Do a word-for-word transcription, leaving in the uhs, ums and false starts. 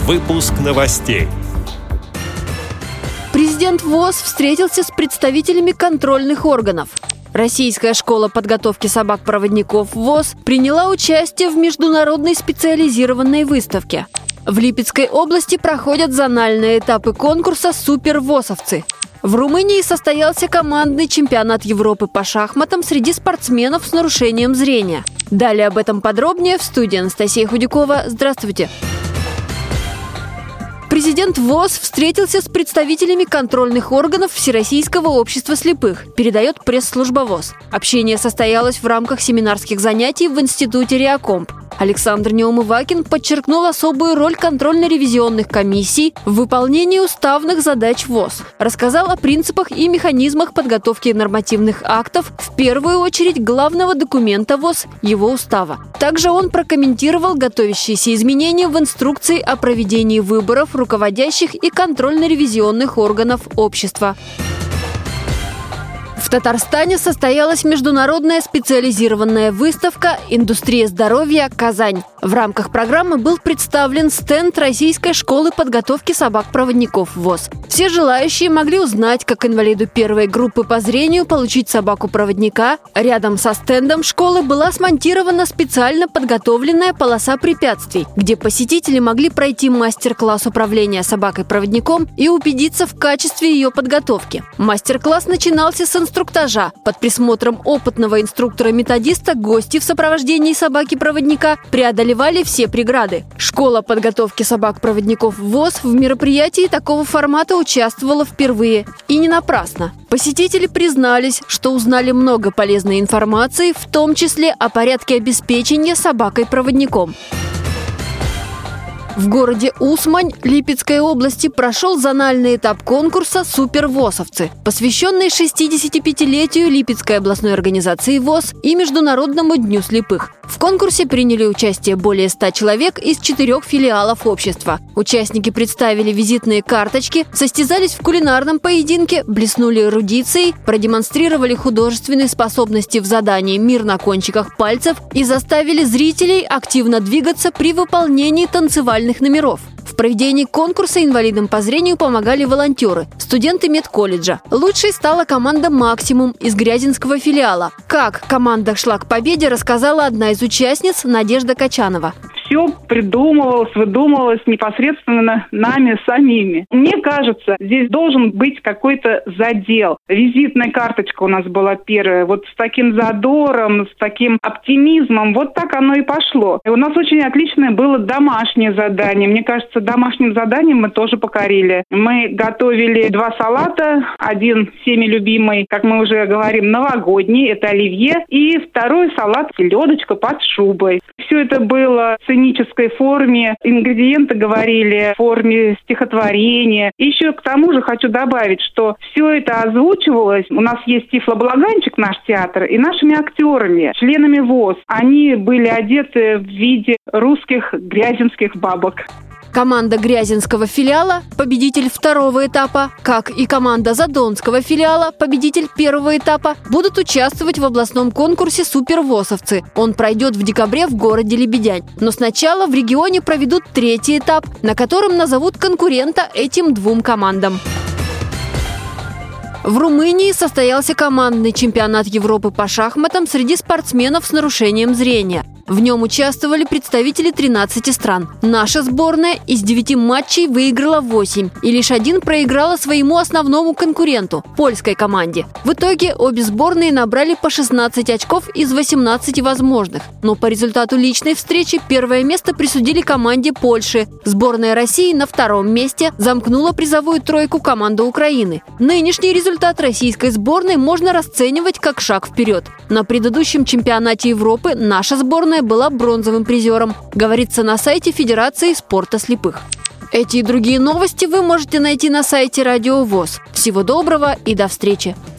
Выпуск новостей. Президент ВОС встретился с представителями контрольных органов. Российская школа подготовки собак-проводников ВОС приняла участие в международной специализированной выставке. В Липецкой области проходят зональные этапы конкурса «Супер-ВОСовцы». В Румынии состоялся командный чемпионат Европы по шахматам среди спортсменов с нарушением зрения. Далее об этом подробнее в студии Анастасия Худякова. Здравствуйте! Президент ВОС встретился с представителями контрольных органов Всероссийского общества слепых, передает пресс-служба ВОС. Общение состоялось в рамках семинарских занятий в Институте Реакомп. Александр Неумывакин подчеркнул особую роль контрольно-ревизионных комиссий в выполнении уставных задач ВОС. Рассказал о принципах и механизмах подготовки нормативных актов, в первую очередь главного документа ВОС – его устава. Также он прокомментировал готовящиеся изменения в инструкции о проведении выборов руководящих и контрольно-ревизионных органов общества. В Татарстане состоялась международная специализированная выставка «Индустрия здоровья. Казань». В рамках программы был представлен стенд Российской школы подготовки собак-проводников ВОС. Все желающие могли узнать, как инвалиду первой группы по зрению получить собаку-проводника. Рядом со стендом школы была смонтирована специально подготовленная полоса препятствий, где посетители могли пройти мастер-класс управления собакой-проводником и убедиться в качестве ее подготовки. Мастер-класс начинался с инструктажа. Под присмотром опытного инструктора-методиста гости в сопровождении собаки-проводника преодолевали все преграды. Школа подготовки собак-проводников ВОС в мероприятии такого формата участвовала впервые. И не напрасно. Посетители признались, что узнали много полезной информации, в том числе о порядке обеспечения собакой-проводником. В городе Усмань Липецкой области прошел зональный этап конкурса «Супер-ВОСовцы», посвященный шестидесятипятилетию Липецкой областной организации ВОС и Международному дню слепых. В конкурсе приняли участие более ста человек из четырех филиалов общества. Участники представили визитные карточки, состязались в кулинарном поединке, блеснули эрудицией, продемонстрировали художественные способности в задании «Мир на кончиках пальцев» и заставили зрителей активно двигаться при выполнении танцевальных номеров. В проведении конкурса инвалидам по зрению помогали волонтеры, студенты медколледжа. Лучшей стала команда «Максимум» из Грязинского филиала. Как команда шла к победе, рассказала одна из участниц Надежда Качанова. Все придумывалось, выдумывалось непосредственно нами самими. Мне кажется, здесь должен быть какой-то задел. Визитная карточка у нас была первая. Вот с таким задором, с таким оптимизмом. Вот так оно и пошло. И у нас очень отличное было домашнее задание. Мне кажется, домашним заданием мы тоже покорили. Мы готовили два салата. Один всеми любимый, как мы уже говорим, новогодний. Это оливье. И второй салат селедочка под шубой. Все это было в сценической форме. Ингредиенты говорили в форме стихотворения. И еще к тому же хочу добавить, что все это озвучивалось. У нас есть тифлобалаганчик, наш театр, и нашими актерами, членами ВОС. Они были одеты в виде русских грязинских бабок. Команда Грязинского филиала – победитель второго этапа, как и команда Задонского филиала – победитель первого этапа, будут участвовать в областном конкурсе «Супер-ВОСовцы». Он пройдет в декабре в городе Лебедянь. Но сначала в регионе проведут третий этап, на котором назовут конкурента этим двум командам. В Румынии состоялся командный чемпионат Европы по шахматам среди спортсменов с нарушением зрения. В нем участвовали представители тринадцати стран. Наша сборная из девяти матчей выиграла восемь, и лишь один проиграла своему основному конкуренту – польской команде. В итоге обе сборные набрали по шестнадцать очков из восемнадцати возможных. Но по результату личной встречи первое место присудили команде Польши. Сборная России на втором месте замкнула призовую тройку команда Украины. Нынешний результат российской сборной можно расценивать как шаг вперед. На предыдущем чемпионате Европы наша сборная была бронзовым призером, говорится на сайте Федерации спорта слепых. Эти и другие новости вы можете найти на сайте Радио ВОС. Всего доброго и до встречи!